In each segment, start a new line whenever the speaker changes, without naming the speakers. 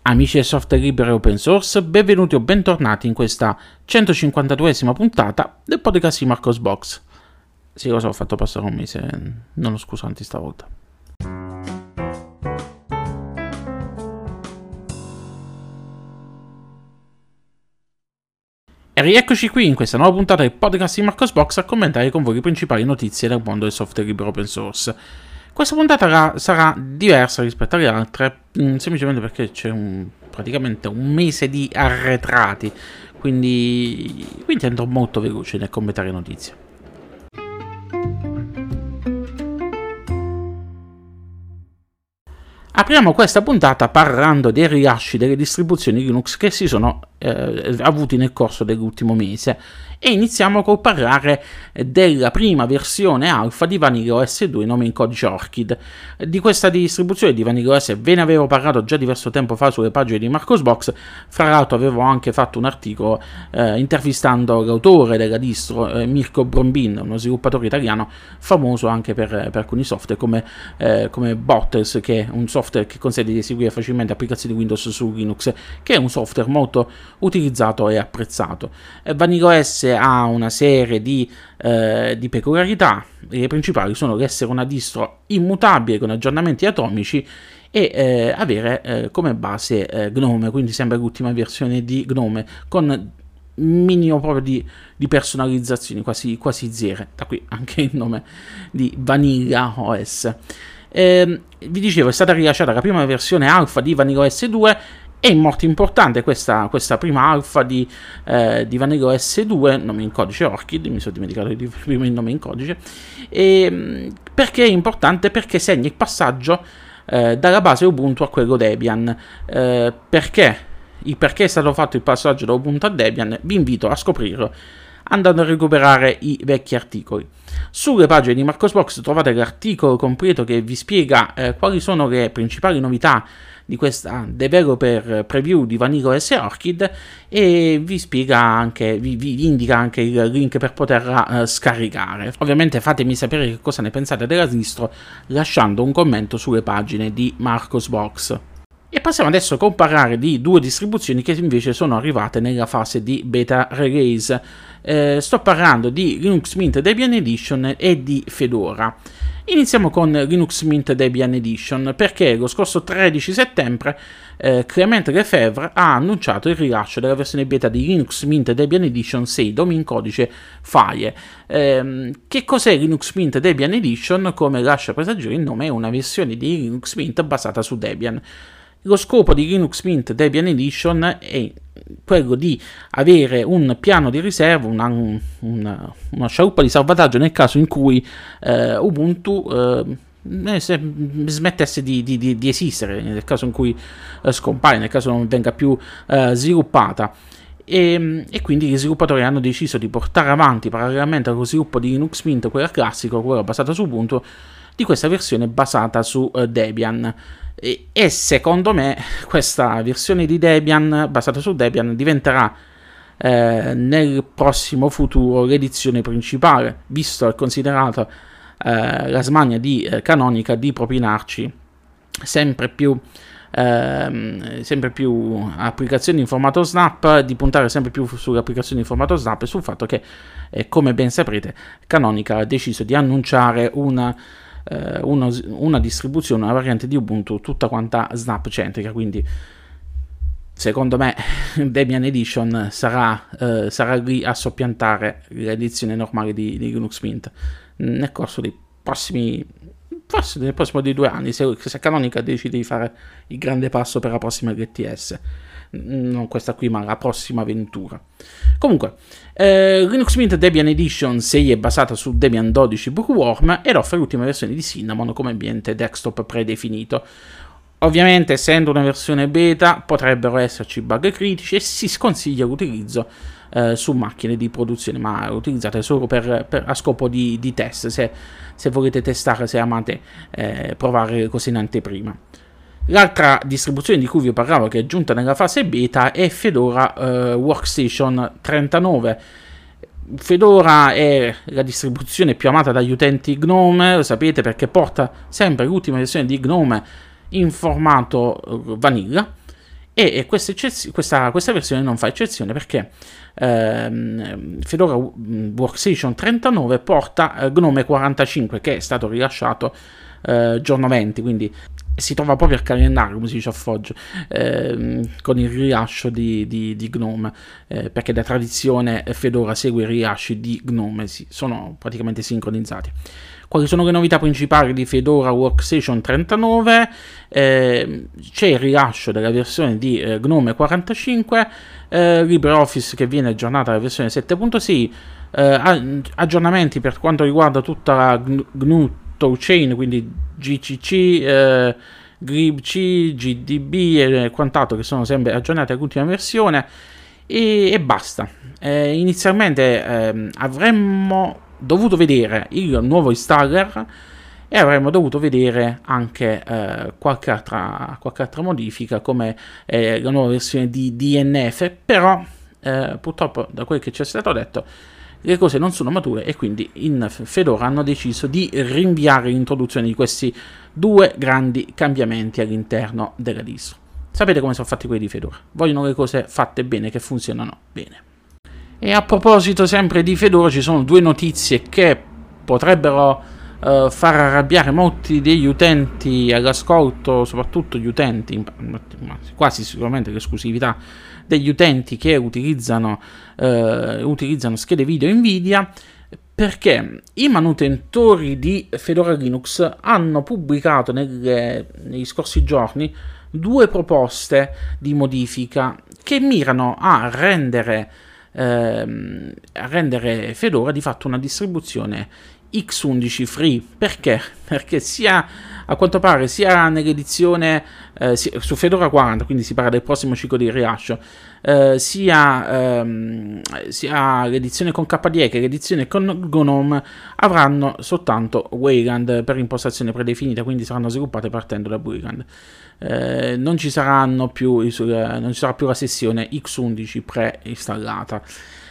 Amici del software libero e open source, benvenuti o bentornati in questa 152esima puntata del podcast di Marcosbox. Sì, lo so, ho fatto passare un mese, non ho scusanti stavolta. E rieccoci qui in questa nuova puntata del podcast di Marcosbox a commentare con voi le principali notizie del mondo del software libero e open source. Questa puntata sarà diversa rispetto alle altre, semplicemente perché c'è praticamente un mese di arretrati, quindi andrò molto veloce nel commentare notizie. Apriamo questa puntata parlando dei rilasci delle distribuzioni Linux che si sono avuti nel corso dell'ultimo mese e iniziamo col parlare della prima versione alfa di VanillaOS 2 nome in codice Orchid. Di questa distribuzione di VanillaOS ve ne avevo parlato già diverso tempo fa sulle pagine di Marcosbox, fra l'altro avevo anche fatto un articolo intervistando l'autore della distro, Mirko Brombin, uno sviluppatore italiano famoso anche per alcuni software come Bottles, che è un software che consente di eseguire facilmente applicazioni Windows su Linux, che è un software molto utilizzato e apprezzato. VanillaOS ha una serie di peculiarità. Le principali sono l'essere una distro immutabile con aggiornamenti atomici e avere come base Gnome, quindi sempre l'ultima versione di Gnome, con minimo proprio di personalizzazioni, quasi zero, da qui anche il nome di VanillaOS. Vi dicevo, è stata rilasciata la prima versione alfa di VanillaOS 2. È molto importante questa prima alfa di VanillaOS 2, nome in codice Orchid, mi sono dimenticato di prima il nome in codice, perché è importante? Perché segna il passaggio dalla base Ubuntu a quello Debian. Perché è stato fatto il passaggio da Ubuntu a Debian? Vi invito a scoprirlo andando a recuperare i vecchi articoli. Sulle pagine di Marcosbox trovate l'articolo completo che vi spiega quali sono le principali novità di questa developer preview di VanillaOS Orchid e vi spiega anche, vi indica anche il link per poterla scaricare. Ovviamente fatemi sapere che cosa ne pensate della distro lasciando un commento sulle pagine di Marcosbox. E passiamo adesso a parlare di due distribuzioni che invece sono arrivate nella fase di beta release. Sto parlando di Linux Mint Debian Edition e di Fedora. Iniziamo con Linux Mint Debian Edition perché lo scorso 13 settembre Clément Lefebvre ha annunciato il rilascio della versione beta di Linux Mint Debian Edition 6, nome in codice FAIE. Che cos'è Linux Mint Debian Edition? Come lascia presagire il nome, è una versione di Linux Mint basata su Debian. Lo scopo di Linux Mint Debian Edition è quello di avere un piano di riserva, una scialuppa di salvataggio nel caso in cui Ubuntu smettesse di esistere, nel caso in cui scompare, nel caso non venga più sviluppata. E quindi gli sviluppatori hanno deciso di portare avanti parallelamente allo sviluppo di Linux Mint, quella classico, quella basata su Ubuntu, di questa versione basata su Debian. E secondo me questa versione di Debian basata su Debian diventerà nel prossimo futuro l'edizione principale, visto e considerato la smania di Canonical di propinarci sempre più applicazioni in formato Snap, di puntare sempre più sulle applicazioni in formato Snap e sul fatto che, come ben saprete, Canonical ha deciso di annunciare una distribuzione, una variante di Ubuntu tutta quanta Snap centrica, quindi secondo me Debian Edition sarà lì a soppiantare l'edizione normale di Linux Mint nel corso dei prossimi, forse nel prossimo di 2 anni, se Canonical decide di fare il grande passo per la prossima LTS, non questa qui ma la prossima avventura. Comunque Linux Mint Debian Edition 6 è basata su Debian 12 Bookworm ed offre l'ultima versione di Cinnamon come ambiente desktop predefinito. Ovviamente, essendo una versione beta, potrebbero esserci bug critici e si sconsiglia l'utilizzo su macchine di produzione, ma utilizzate solo a scopo di test, se volete testare, se amate provare cose in anteprima. L'altra distribuzione di cui vi parlavo, che è giunta nella fase beta, è Fedora Workstation 39. Fedora è la distribuzione più amata dagli utenti Gnome, lo sapete, perché porta sempre l'ultima versione di Gnome in formato vanilla E questa versione non fa eccezione perché Fedora Workstation 39 porta GNOME 45, che è stato rilasciato giorno 20, quindi si trova proprio al calendario, come si dice a Foggia, con il rilascio di GNOME, perché da tradizione Fedora segue i rilasci di GNOME, sono praticamente sincronizzati. Quali sono le novità principali di Fedora Workstation 39? C'è il rilascio della versione di GNOME 45, LibreOffice che viene aggiornata alla versione 7.6, aggiornamenti per quanto riguarda tutta la GNU Toolchain, quindi GCC, glibc, GDB e quant'altro, che sono sempre aggiornati all'ultima versione, e basta. Inizialmente avremmo dovuto vedere il nuovo installer e avremmo dovuto vedere anche qualche altra modifica, come la nuova versione di DNF, però purtroppo, da quel che ci è stato detto, le cose non sono mature e quindi in Fedora hanno deciso di rinviare l'introduzione di questi due grandi cambiamenti all'interno della distro. Sapete come sono fatti quelli di Fedora? Vogliono le cose fatte bene, che funzionano bene. E a proposito sempre di Fedora, ci sono due notizie che potrebbero far arrabbiare molti degli utenti all'ascolto, soprattutto gli utenti, quasi sicuramente l'esclusività degli utenti che utilizzano schede video Nvidia, perché i manutentori di Fedora Linux hanno pubblicato negli scorsi giorni due proposte di modifica che mirano a rendere Fedora di fatto una distribuzione X11 free. Perché? Perché a quanto pare sia nell'edizione su Fedora 40, quindi si parla del prossimo ciclo di rilascio, sia l'edizione con KDE che l'edizione con GNOME avranno soltanto Wayland per impostazione predefinita, quindi saranno sviluppate partendo da Wayland. Non ci sarà più la sessione X11 preinstallata.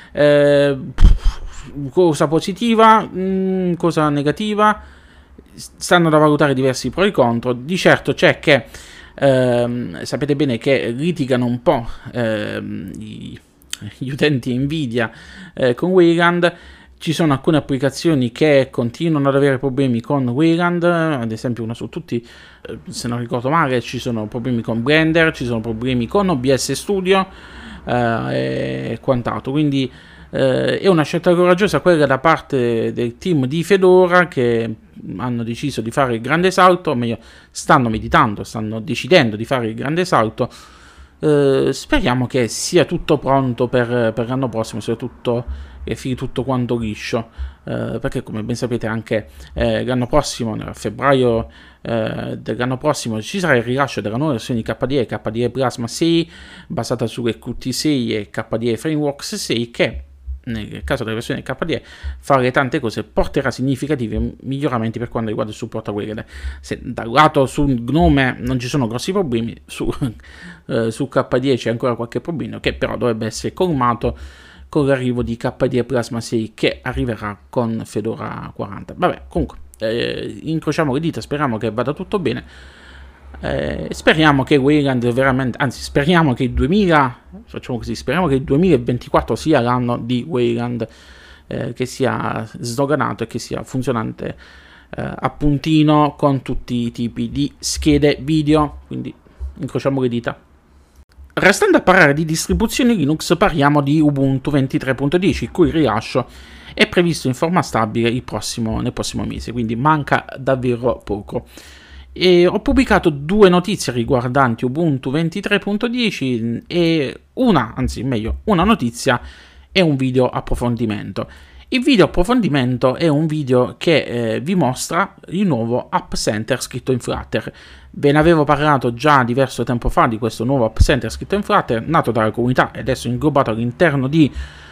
Cosa positiva, cosa negativa, stanno da valutare diversi pro e contro. Di certo c'è che sapete bene che litigano un po' gli utenti Nvidia con Wayland. Ci sono alcune applicazioni che continuano ad avere problemi con Wayland, ad esempio una su tutti, se non ricordo male, ci sono problemi con Blender, ci sono problemi con OBS Studio e quant'altro, quindi è una scelta coraggiosa quella da parte del team di Fedora, che hanno deciso di fare il grande salto, o meglio stanno decidendo di fare il grande salto. Speriamo che sia tutto pronto per l'anno prossimo, soprattutto che fili tutto quanto liscio, perché come ben sapete anche l'anno prossimo, a febbraio dell'anno prossimo, ci sarà il rilascio della nuova versione di KDE Plasma 6 basata su Qt6 e KDE Frameworks 6, che nel caso della versione KDE fare tante cose porterà significativi miglioramenti per quanto riguarda il supporto a Wayland. Se da un lato su GNOME non ci sono grossi problemi, su KDE c'è ancora qualche problema, che però dovrebbe essere colmato con l'arrivo di KDE Plasma 6, che arriverà con Fedora 40. Vabbè, comunque incrociamo le dita, speriamo che vada tutto bene. Speriamo che Wayland veramente, anzi speriamo che il 2024 sia l'anno di Wayland, che sia sdoganato e che sia funzionante a puntino con tutti i tipi di schede video, quindi incrociamo le dita. Restando a parlare di distribuzioni Linux, parliamo di Ubuntu 23.10, il cui rilascio è previsto in forma stabile nel prossimo mese, quindi manca davvero poco. E ho pubblicato due notizie riguardanti Ubuntu 23.10 e una notizia e un video approfondimento. Il video approfondimento è un video che vi mostra il nuovo App Center scritto in Flutter. Ve ne avevo parlato già diverso tempo fa di questo nuovo App Center scritto in Flutter, nato dalla comunità e adesso inglobato all'interno di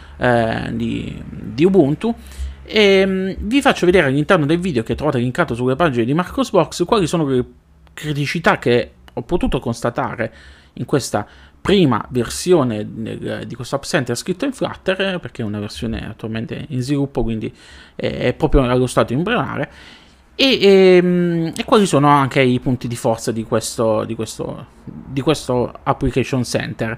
Ubuntu. E vi faccio vedere all'interno del video, che trovate linkato sulle pagine di Marcosbox, quali sono le criticità che ho potuto constatare in questa prima versione di questo App Center scritto in Flutter, perché è una versione attualmente in sviluppo, quindi è proprio allo stato embrionale. e quali sono anche i punti di forza di questo Application Center.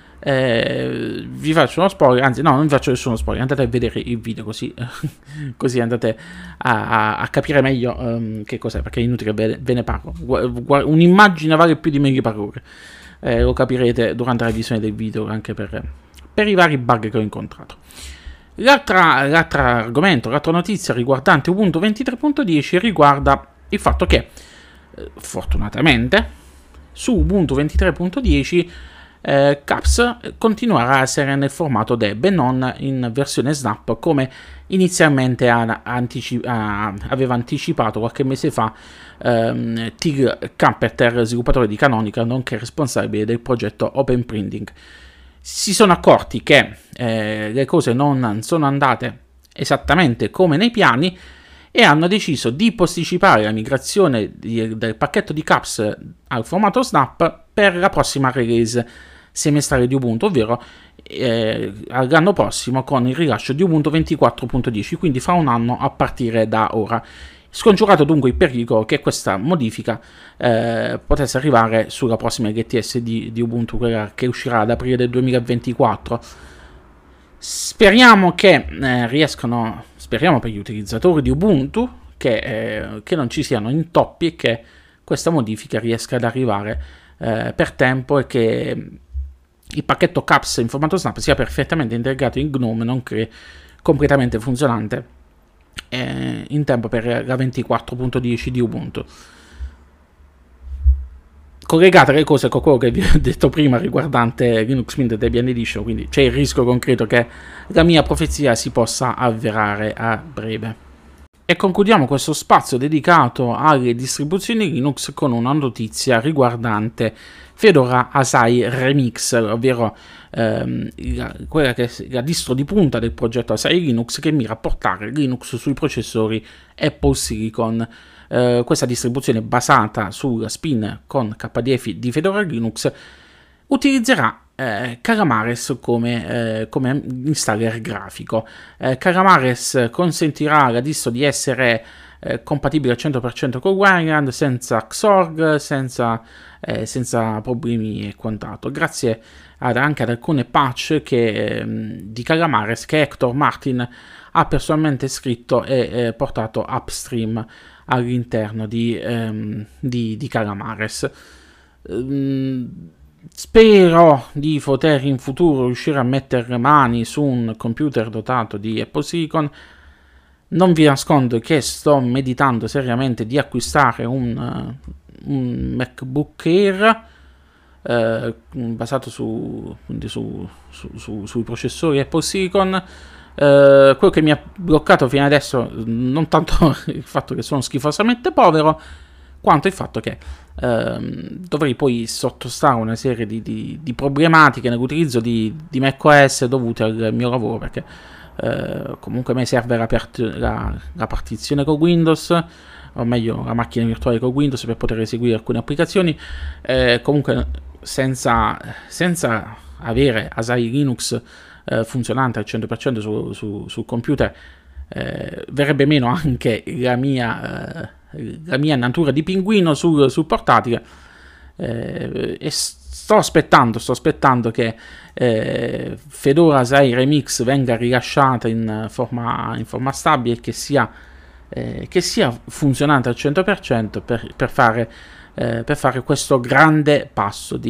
Vi faccio uno spoiler, anzi no, non vi faccio nessuno spoiler, andate a vedere il video così, così andate a capire meglio che cos'è, perché è inutile ve ne parlo. Un'immagine vale più di mille parole, lo capirete durante la visione del video, anche per i vari bug che ho incontrato. L'altro argomento, l'altra notizia riguardante Ubuntu 23.10 riguarda il fatto che fortunatamente su Ubuntu 23.10 Caps continuerà a essere nel formato deb e non in versione snap come inizialmente aveva anticipato qualche mese fa Till Kampeter, sviluppatore di Canonical nonché responsabile del progetto Open Printing. Si sono accorti che le cose non sono andate esattamente come nei piani e hanno deciso di posticipare la migrazione del pacchetto di Caps al formato Snap per la prossima release semestrale di Ubuntu, ovvero all'anno prossimo con il rilascio di Ubuntu 24.10, quindi fra un anno a partire da ora. Scongiurato dunque il pericolo che questa modifica potesse arrivare sulla prossima LTS di Ubuntu, quella che uscirà ad aprile del 2024. Speriamo che speriamo per gli utilizzatori di Ubuntu che non ci siano intoppi e che questa modifica riesca ad arrivare per tempo e che il pacchetto Caps in formato Snap sia perfettamente integrato in GNOME, nonché completamente funzionante in tempo per la 24.10 di Ubuntu. Collegate le cose con quello che vi ho detto prima riguardante Linux Mint Debian Edition, quindi c'è il rischio concreto che la mia profezia si possa avverare a breve. E concludiamo questo spazio dedicato alle distribuzioni Linux con una notizia riguardante Fedora Asai Remix, ovvero quella che è la distro di punta del progetto Asai Linux che mira a portare Linux sui processori Apple Silicon. Questa distribuzione basata sulla spin con KDE di Fedora Linux utilizzerà Calamares come installer grafico. Calamares consentirà alla distro di essere compatibile al 100% con Wayland, senza Xorg, senza problemi e quant'altro, grazie anche ad alcune patch di Calamares che Hector Martin ha personalmente scritto e portato upstream all'interno di Calamares. Spero di poter in futuro riuscire a mettere le mani su un computer dotato di Apple Silicon. Non vi nascondo che sto meditando seriamente di acquistare un MacBook Air basato sui processori Apple Silicon. Quello che mi ha bloccato fino adesso non tanto il fatto che sono schifosamente povero, quanto il fatto che dovrei poi sottostare a una serie di problematiche nell'utilizzo di macOS dovute al mio lavoro, perché comunque a me serve la partizione con Windows, o meglio la macchina virtuale con Windows, per poter eseguire alcune applicazioni. Comunque senza avere Asai Linux funzionante al 100% sul computer verrebbe meno anche la mia natura di pinguino sul portatile, e sto aspettando che Fedora Asai Remix venga rilasciata in forma stabile e che sia funzionante al 100% per fare questo grande passo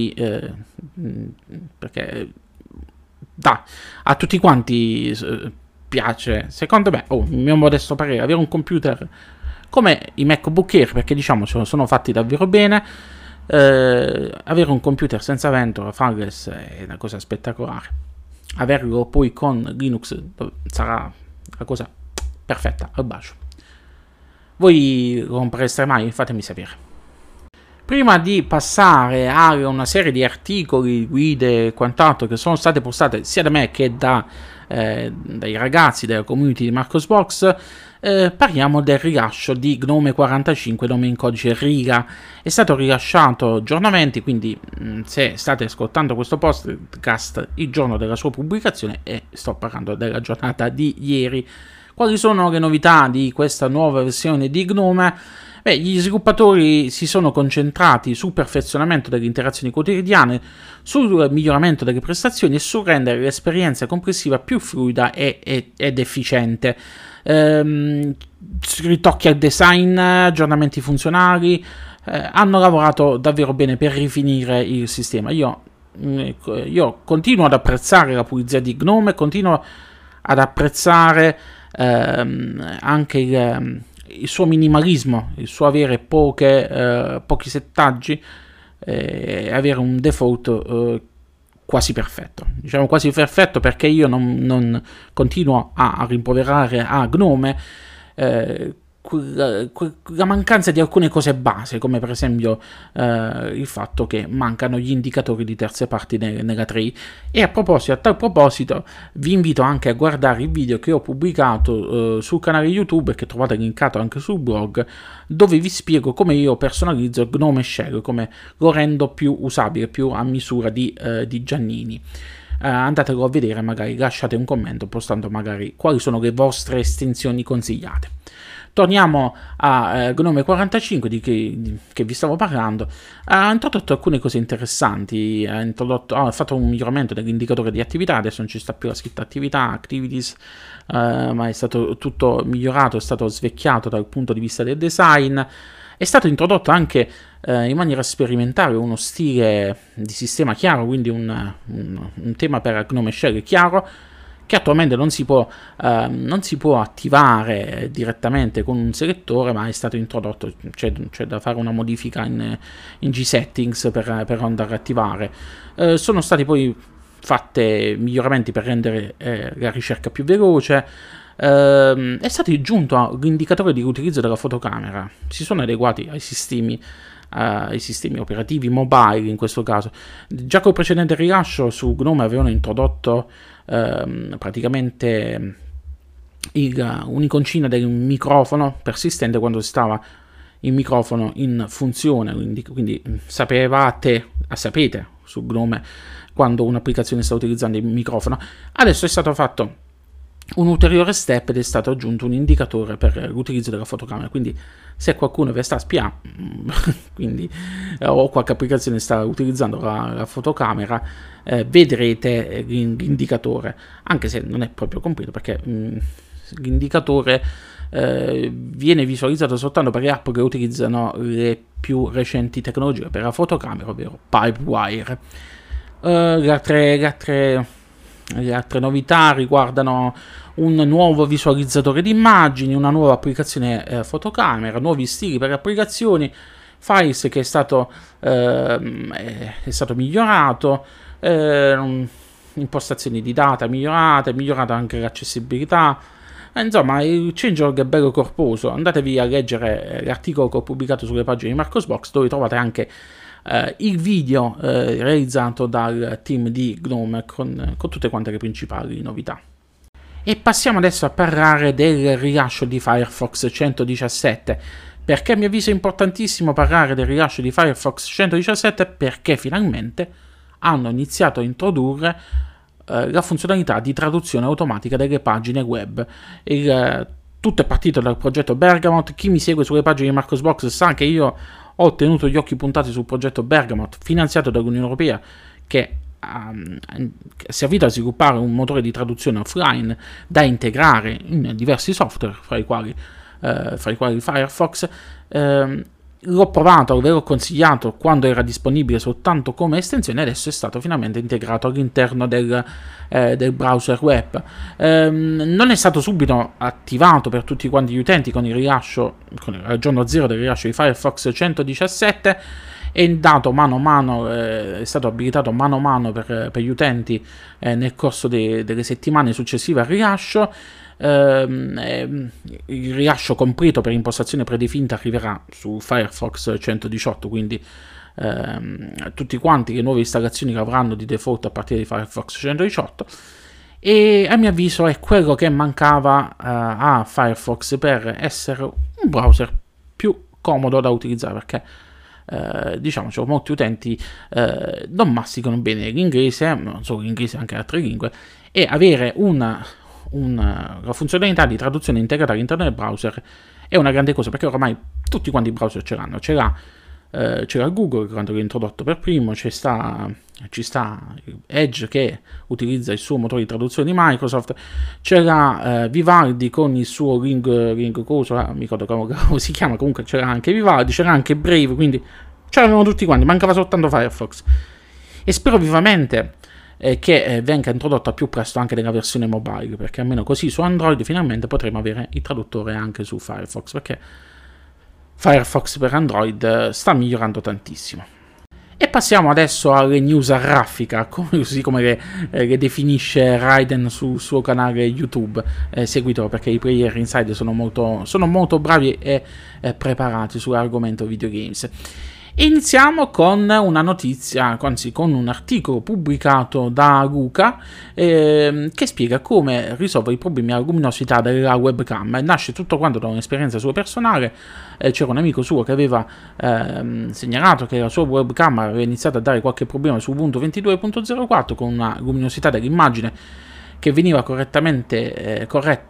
perché a tutti quanti piace, secondo me, il mio modesto parere, avere un computer come i MacBook Air, perché diciamo sono fatti davvero bene. Avere un computer senza ventola Fagless è una cosa spettacolare. Averlo poi con Linux sarà la cosa perfetta, al bacio. Voi lo comprereste mai? Fatemi sapere. Prima di passare a una serie di articoli, guide e quant'altro che sono state postate sia da me che dai ragazzi della community di Marcosbox, parliamo del rilascio di GNOME 45, nome in codice Riga. È stato rilasciato giornalmente, quindi se state ascoltando questo podcast il giorno della sua pubblicazione, e sto parlando della giornata di ieri, Quali sono le novità di questa nuova versione di GNOME? Beh, gli sviluppatori si sono concentrati sul perfezionamento delle interazioni quotidiane, sul miglioramento delle prestazioni e sul rendere l'esperienza complessiva più fluida ed efficiente. Ritocchi al design, aggiornamenti funzionali, hanno lavorato davvero bene per rifinire il sistema. Io continuo ad apprezzare la pulizia di GNOME, continuo ad apprezzare anche il suo minimalismo, il suo avere pochi settaggi e avere un default quasi perfetto. Diciamo quasi perfetto perché io non continuo a rimproverare a GNOME la mancanza di alcune cose base, come per esempio il fatto che mancano gli indicatori di terze parti nella tray. E a tal proposito vi invito anche a guardare il video che ho pubblicato sul canale YouTube e che trovate linkato anche sul blog, dove vi spiego come io personalizzo GNOME Shell, come lo rendo più usabile, più a misura di Giannini. Andatelo a vedere, magari lasciate un commento postando magari quali sono le vostre estensioni consigliate. Torniamo a GNOME 45 che vi stavo parlando. Ha introdotto alcune cose interessanti, ha fatto un miglioramento dell'indicatore di attività, adesso non ci sta più la scritta attività, activities, ma è stato tutto migliorato, è stato svecchiato dal punto di vista del design. È stato introdotto anche in maniera sperimentale uno stile di sistema chiaro, quindi un tema per GNOME Shell chiaro, che attualmente non si può attivare direttamente con un selettore, ma è stato introdotto, c'è da fare una modifica in G-Settings per andare a attivare. Sono stati poi fatti miglioramenti per rendere la ricerca più veloce. È stato aggiunto l'indicatore di utilizzo della fotocamera, si sono adeguati ai sistemi operativi mobile in questo caso. Già col precedente rilascio su GNOME avevano introdotto praticamente un'iconcina del microfono persistente quando stava il microfono in funzione, quindi sapete su GNOME quando un'applicazione sta utilizzando il microfono. Adesso è stato fatto un ulteriore step ed è stato aggiunto un indicatore per l'utilizzo della fotocamera, quindi se qualcuno vi sta spiando quindi o qualche applicazione sta utilizzando la fotocamera, vedrete l'indicatore, anche se non è proprio completo perché l'indicatore viene visualizzato soltanto per le app che utilizzano le più recenti tecnologie per la fotocamera, ovvero Pipewire. Le altre novità riguardano un nuovo visualizzatore di immagini, una nuova applicazione fotocamera, nuovi stili per le applicazioni, Files che è stato migliorato, impostazioni di data migliorate, migliorata anche l'accessibilità. Insomma, il changelog è bello corposo. Andatevi a leggere l'articolo che ho pubblicato sulle pagine di Marcosbox, dove trovate anche il video realizzato dal team di GNOME con tutte quante le principali novità. E passiamo adesso a parlare del rilascio di Firefox 117. Perché a mio avviso è importantissimo parlare del rilascio di Firefox 117? Perché finalmente hanno iniziato a introdurre la funzionalità di traduzione automatica delle pagine web. Tutto è partito dal progetto Bergamot. Chi mi segue sulle pagine di Marcosbox sa che io ho tenuto gli occhi puntati sul progetto Bergamot, finanziato dall'Unione Europea, che è servito a sviluppare un motore di traduzione offline da integrare in diversi software, fra i quali Firefox. L'ho provato, ve l'ho consigliato quando era disponibile soltanto come estensione, adesso è stato finalmente integrato all'interno del browser web. Non è stato subito attivato per tutti quanti gli utenti con il giorno zero del rilascio di Firefox 117, è dato mano a mano, è stato abilitato mano a mano per gli utenti nel corso delle settimane successive al rilascio. Il rilascio completo per impostazione predefinita arriverà su Firefox 118, quindi tutti quanti le nuove installazioni che avranno di default a partire di Firefox 118, e a mio avviso è quello che mancava a Firefox per essere un browser più comodo da utilizzare, perché diciamoci, molti utenti non masticano bene l'inglese, non solo l'inglese, anche altre lingue, e avere un la funzionalità di traduzione integrata all'interno del browser è una grande cosa, perché oramai tutti quanti i browser ce l'hanno. C'era Google quando l'ha introdotto per primo, ci sta Edge che utilizza il suo motore di traduzione di Microsoft, c'era Vivaldi con il suo Ring coso, mi ricordo come si chiama, comunque c'era anche Vivaldi, c'era anche Brave, quindi c'erano tutti quanti, mancava soltanto Firefox. E spero vivamente che venga introdotta più presto anche nella versione mobile, perché almeno così su Android finalmente potremo avere il traduttore anche su Firefox, perché Firefox per Android sta migliorando tantissimo. E passiamo adesso alle news a raffica, così come le definisce Raiden sul suo canale YouTube. Seguitelo, perché i Player Inside sono molto bravi e preparati sull'argomento videogames. Iniziamo con una notizia, anzi con un articolo pubblicato da Luca che spiega come risolvere i problemi alla luminosità della webcam. Nasce tutto quanto da un'esperienza sua personale. C'era un amico suo che aveva segnalato che la sua webcam aveva iniziato a dare qualche problema su Ubuntu 22.04 con una luminosità dell'immagine che veniva continuamente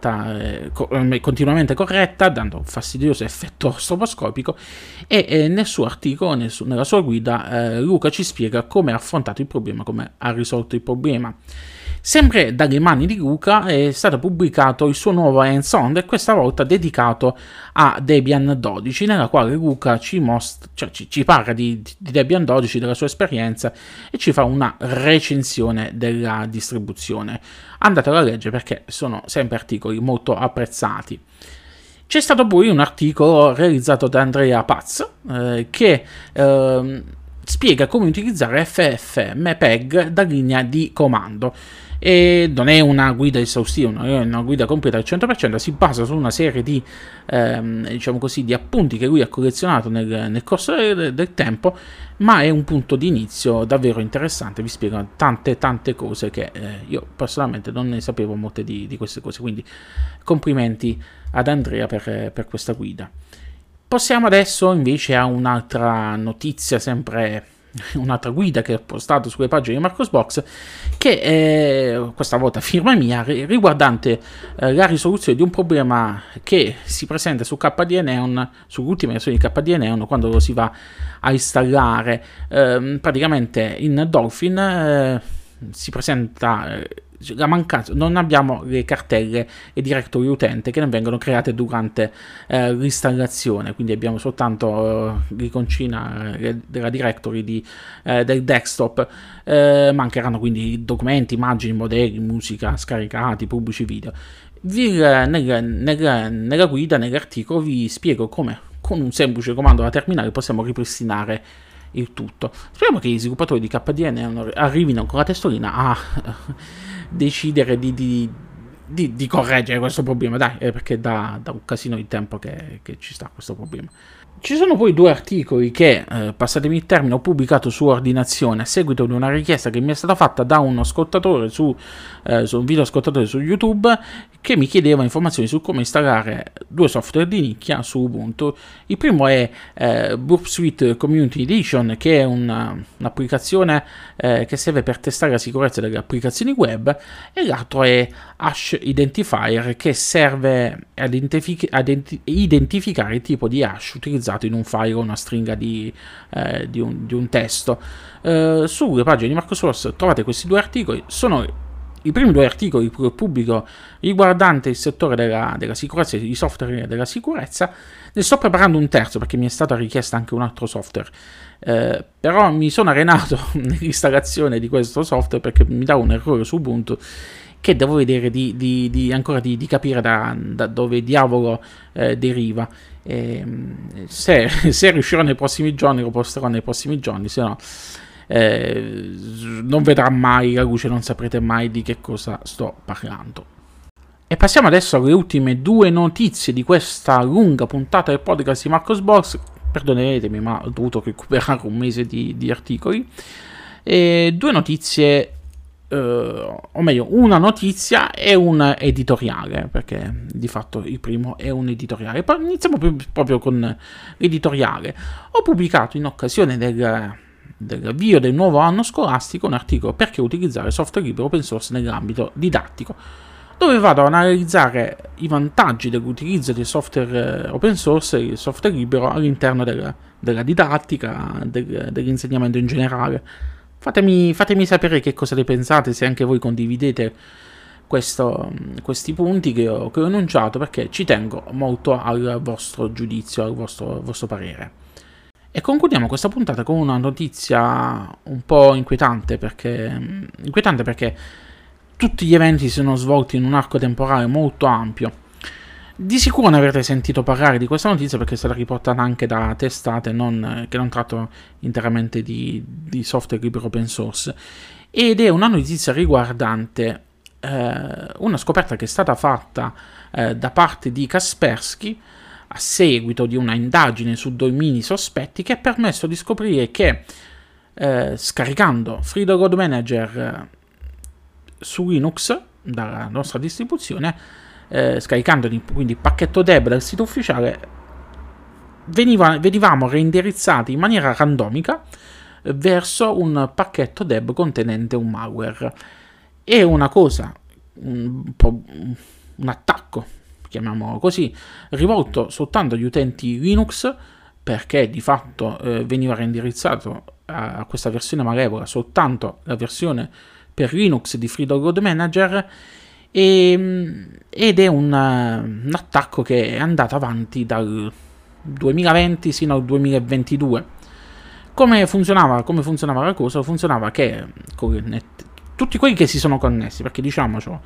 corretta, dando un fastidioso effetto stroboscopico, e nel suo articolo, nella sua guida, Luca ci spiega come ha affrontato il problema, come ha risolto il problema. Sempre dalle mani di Luca è stato pubblicato il suo nuovo hands-on, e questa volta dedicato a Debian 12, nella quale Luca ci parla di Debian 12, della sua esperienza, e ci fa una recensione della distribuzione. Andatelo a leggere, perché sono sempre articoli molto apprezzati. C'è stato poi un articolo realizzato da Andrea Paz che spiega come utilizzare FFmpeg da linea di comando. E non è una guida esaustiva, non è una guida completa al 100%, si basa su una serie di di appunti che lui ha collezionato nel corso del tempo, ma è un punto di inizio davvero interessante. Vi spiego tante cose che io personalmente non ne sapevo molte di queste cose, quindi complimenti ad Andrea per questa guida. Passiamo adesso invece a un'altra notizia, sempre un'altra guida che ho postato sulle pagine di Marcosbox, che è questa volta firma mia, riguardante la risoluzione di un problema che si presenta su KDE Neon, sull'ultima versione di KDE Neon, quando lo si va a installare. Praticamente in Dolphin si presenta la mancanza, non abbiamo le cartelle e directory utente che non vengono create durante l'installazione, quindi abbiamo soltanto l'iconcina della directory del desktop. Mancheranno quindi documenti, immagini, modelli, musica scaricati, pubblici video. Nella guida, nell'articolo, vi spiego come con un semplice comando da terminale possiamo ripristinare il tutto. Speriamo che gli sviluppatori di KDE arrivino con la testolina a decidere di correggere questo problema, dai, perché da un casino di tempo che ci sta questo problema. Ci sono poi due articoli che, passatemi il termine, ho pubblicato su Ordinazione a seguito di una richiesta che mi è stata fatta da un ascoltatore su un video ascoltatore su YouTube, che mi chiedeva informazioni su come installare due software di nicchia su Ubuntu. Il primo è Burp Suite Community Edition, che è un'applicazione che serve per testare la sicurezza delle applicazioni web, e l'altro è Hash Identifier, che serve ad identificare il tipo di hash utilizzato in un file o una stringa di un testo. Sulle pagine di Marcosource trovate questi due articoli. Sono i primi due articoli che pubblico riguardante il settore della sicurezza e di software della sicurezza. Ne sto preparando un terzo perché mi è stata richiesta anche un altro software, però mi sono arenato nell'installazione di questo software perché mi dà un errore su Ubuntu che devo vedere di capire da dove diavolo deriva. Se riuscirò nei prossimi giorni lo posterò nei prossimi giorni, se no non vedrà mai la luce, non saprete mai di che cosa sto parlando. E passiamo adesso alle ultime due notizie di questa lunga puntata del podcast di Marcosbox. Perdonerete, ma ho dovuto recuperare un mese di articoli. E due notizie, o meglio, una notizia e un editoriale, perché di fatto il primo è un editoriale. Iniziamo proprio con l'editoriale. Ho pubblicato in occasione dell'avvio del nuovo anno scolastico un articolo: perché utilizzare software libero open source nell'ambito didattico. dove vado ad analizzare i vantaggi dell'utilizzo di software open source e software libero all'interno della didattica, dell'insegnamento in generale. Fatemi sapere che cosa ne pensate, se anche voi condividete questi punti che ho enunciato, perché ci tengo molto al vostro giudizio, al vostro parere. E concludiamo questa puntata con una notizia un po' inquietante perché tutti gli eventi si sono svolti in un arco temporale molto ampio. Di sicuro ne avrete sentito parlare di questa notizia perché è stata riportata anche da testate che non trattano interamente di software libero open source, ed è una notizia riguardante una scoperta che è stata fatta da parte di Kaspersky a seguito di una indagine su domini sospetti, che ha permesso di scoprire che scaricando Freedom Code Manager su Linux dalla nostra distribuzione, scaricando quindi il pacchetto deb dal sito ufficiale, venivamo reindirizzati in maniera randomica verso un pacchetto deb contenente un malware. È una cosa, un attacco, chiamiamolo così, rivolto soltanto agli utenti Linux, perché di fatto veniva reindirizzato a questa versione malevola soltanto la versione per Linux di Freedom Code Manager, ed è un attacco che è andato avanti dal 2020 sino al 2022. Come funzionava la cosa? Funzionava che tutti quelli che si sono connessi, perché diciamocelo,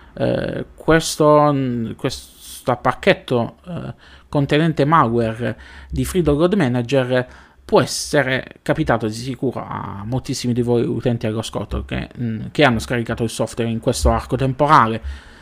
questo pacchetto contenente malware di Freedom Code Manager può essere capitato di sicuro a moltissimi di voi utenti all'ascolto che hanno scaricato il software in questo arco temporale.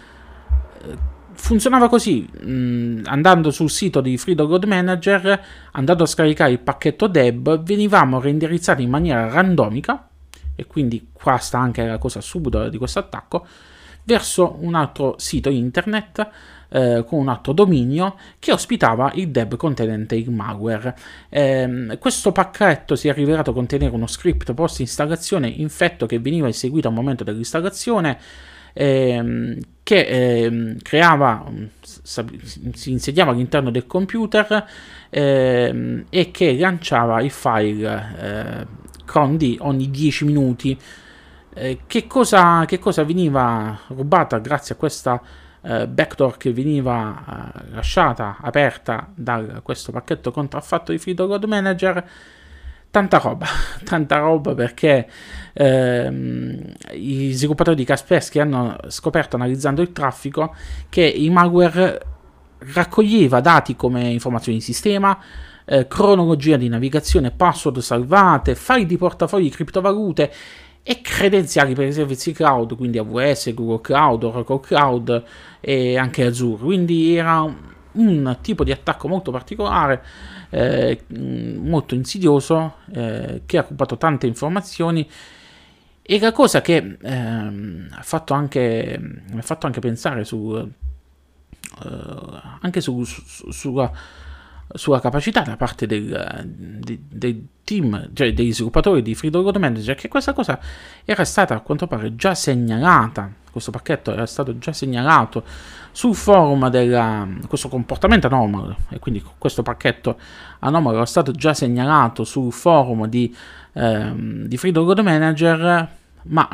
Funzionava così: andando sul sito di Freedom Code Manager, andando a scaricare il pacchetto deb, venivamo reindirizzati in maniera randomica, e quindi qua sta anche la cosa subito di questo attacco, verso un altro sito internet con un altro dominio che ospitava il deb contenente il malware. Questo pacchetto si è rivelato contenere uno script post installazione infetto che veniva eseguito al momento dell'installazione, che creava, si insediava all'interno del computer e che lanciava il file cron ogni 10 minuti. Che cosa veniva rubata grazie a questa backdoor che veniva lasciata aperta da questo pacchetto contraffatto di Freedom Code Manager? Tanta roba, perché gli sviluppatori di Kaspersky hanno scoperto, analizzando il traffico, che il malware raccoglieva dati come informazioni di sistema, cronologia di navigazione, password salvate, file di portafogli criptovalute e credenziali per i servizi cloud, quindi AWS, Google Cloud, Oracle Cloud e anche Azure. Quindi era un tipo di attacco molto particolare, molto insidioso, che ha occupato tante informazioni, e la cosa che mi ha fatto anche pensare sulla capacità da parte del team, cioè degli sviluppatori di Freedom Code Manager, che questa cosa era stata a quanto pare già segnalata, questo pacchetto era stato già segnalato sul forum questo comportamento anomalo, e quindi questo pacchetto anomalo era stato già segnalato sul forum di Freedom Code Manager, ma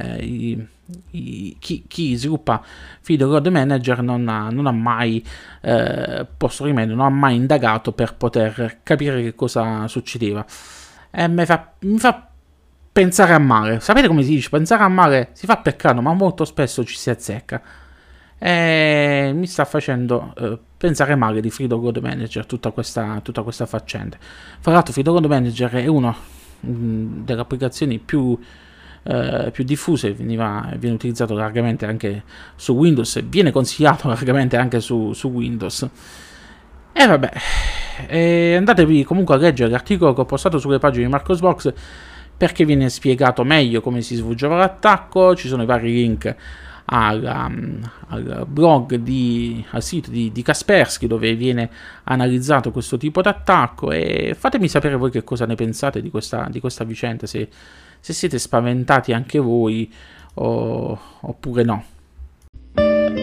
chi sviluppa Freedom Code Manager non ha mai posto rimedio, non ha mai indagato per poter capire che cosa succedeva. Mi fa pensare a male. Sapete come si dice? Pensare a male si fa peccato, ma molto spesso ci si azzecca. Mi sta facendo pensare male di Freedom Code Manager tutta questa faccenda. Fra l'altro Freedom Code Manager è una delle applicazioni più diffuse, viene utilizzato largamente anche su Windows e viene consigliato largamente anche su Windows. E vabbè, andatevi comunque a leggere l'articolo che ho postato sulle pagine di Marcosbox, perché viene spiegato meglio come si svolgeva l'attacco. Ci sono i vari link al blog, al sito di Kaspersky, dove viene analizzato questo tipo di attacco, e fatemi sapere voi che cosa ne pensate di questa vicenda, se siete spaventati anche voi oppure no.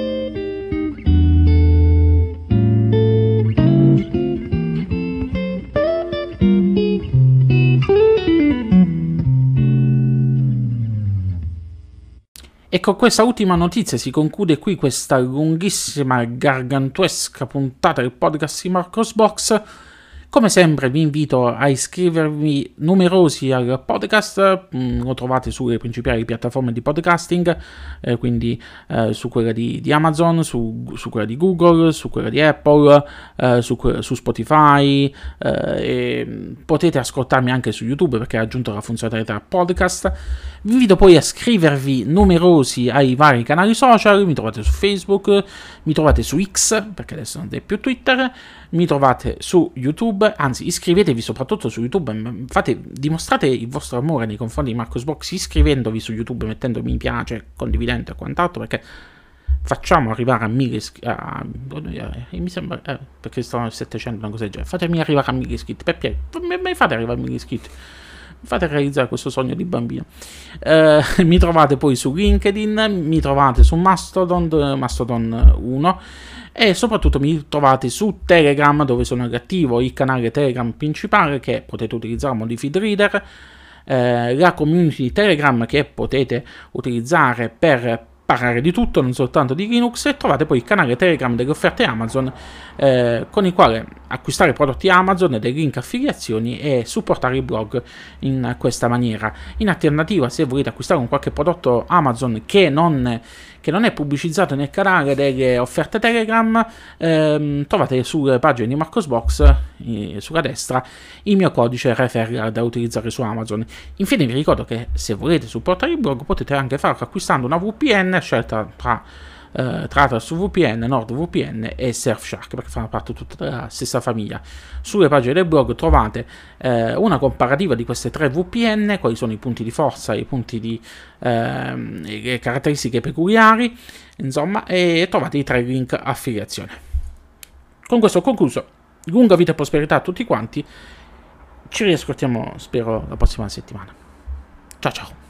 E con questa ultima notizia si conclude qui questa lunghissima, gargantuesca puntata del podcast di Marcos Box. Come sempre vi invito a iscrivervi numerosi al podcast, lo trovate sulle principali piattaforme di podcasting, quindi su quella di Amazon, su quella di Google, su quella di Apple, su Spotify, e potete ascoltarmi anche su YouTube perché ha aggiunto la funzionalità podcast. Vi invito poi a iscrivervi numerosi ai vari canali social, mi trovate su Facebook, mi trovate su X, perché adesso non è più Twitter, mi trovate su YouTube, anzi iscrivetevi soprattutto su YouTube, dimostrate il vostro amore nei confronti di Marcos Box iscrivendovi su YouTube, mettendo mi piace, condividendo e quant'altro, perché facciamo arrivare a 1000 iscritti, mi sembra, perché sto a 700, una cosa del genere, fatemi arrivare a 1000 iscritti, per piacere, mi fate arrivare a 1000 iscritti. Fate realizzare questo sogno di bambino. Mi trovate poi su LinkedIn, mi trovate su Mastodon 1 e soprattutto mi trovate su Telegram, dove sono attivo il canale Telegram principale che potete utilizzare a mo' di feed reader, la community Telegram che potete utilizzare per parlare di tutto, non soltanto di Linux, e trovate poi il canale Telegram delle offerte Amazon, con il quale acquistare prodotti Amazon, dei link affiliazioni e supportare il blog in questa maniera. In alternativa, se volete acquistare un qualche prodotto Amazon che non è pubblicizzato nel canale delle offerte Telegram, trovate sulle pagine di Marcos Box, sulla destra, il mio codice referral da utilizzare su Amazon. Infine vi ricordo che se volete supportare il blog potete anche farlo acquistando una VPN scelta tra Atlas VPN, NordVPN e Surfshark, perché fanno parte tutte della stessa famiglia. Sulle pagine del blog trovate una comparativa di queste 3 VPN, quali sono i punti di forza, i punti di le caratteristiche peculiari, insomma, e trovate i 3 link affiliazione. Con questo ho concluso. Lunga vita e prosperità a tutti quanti. Ci riascoltiamo, spero, la prossima settimana. Ciao ciao.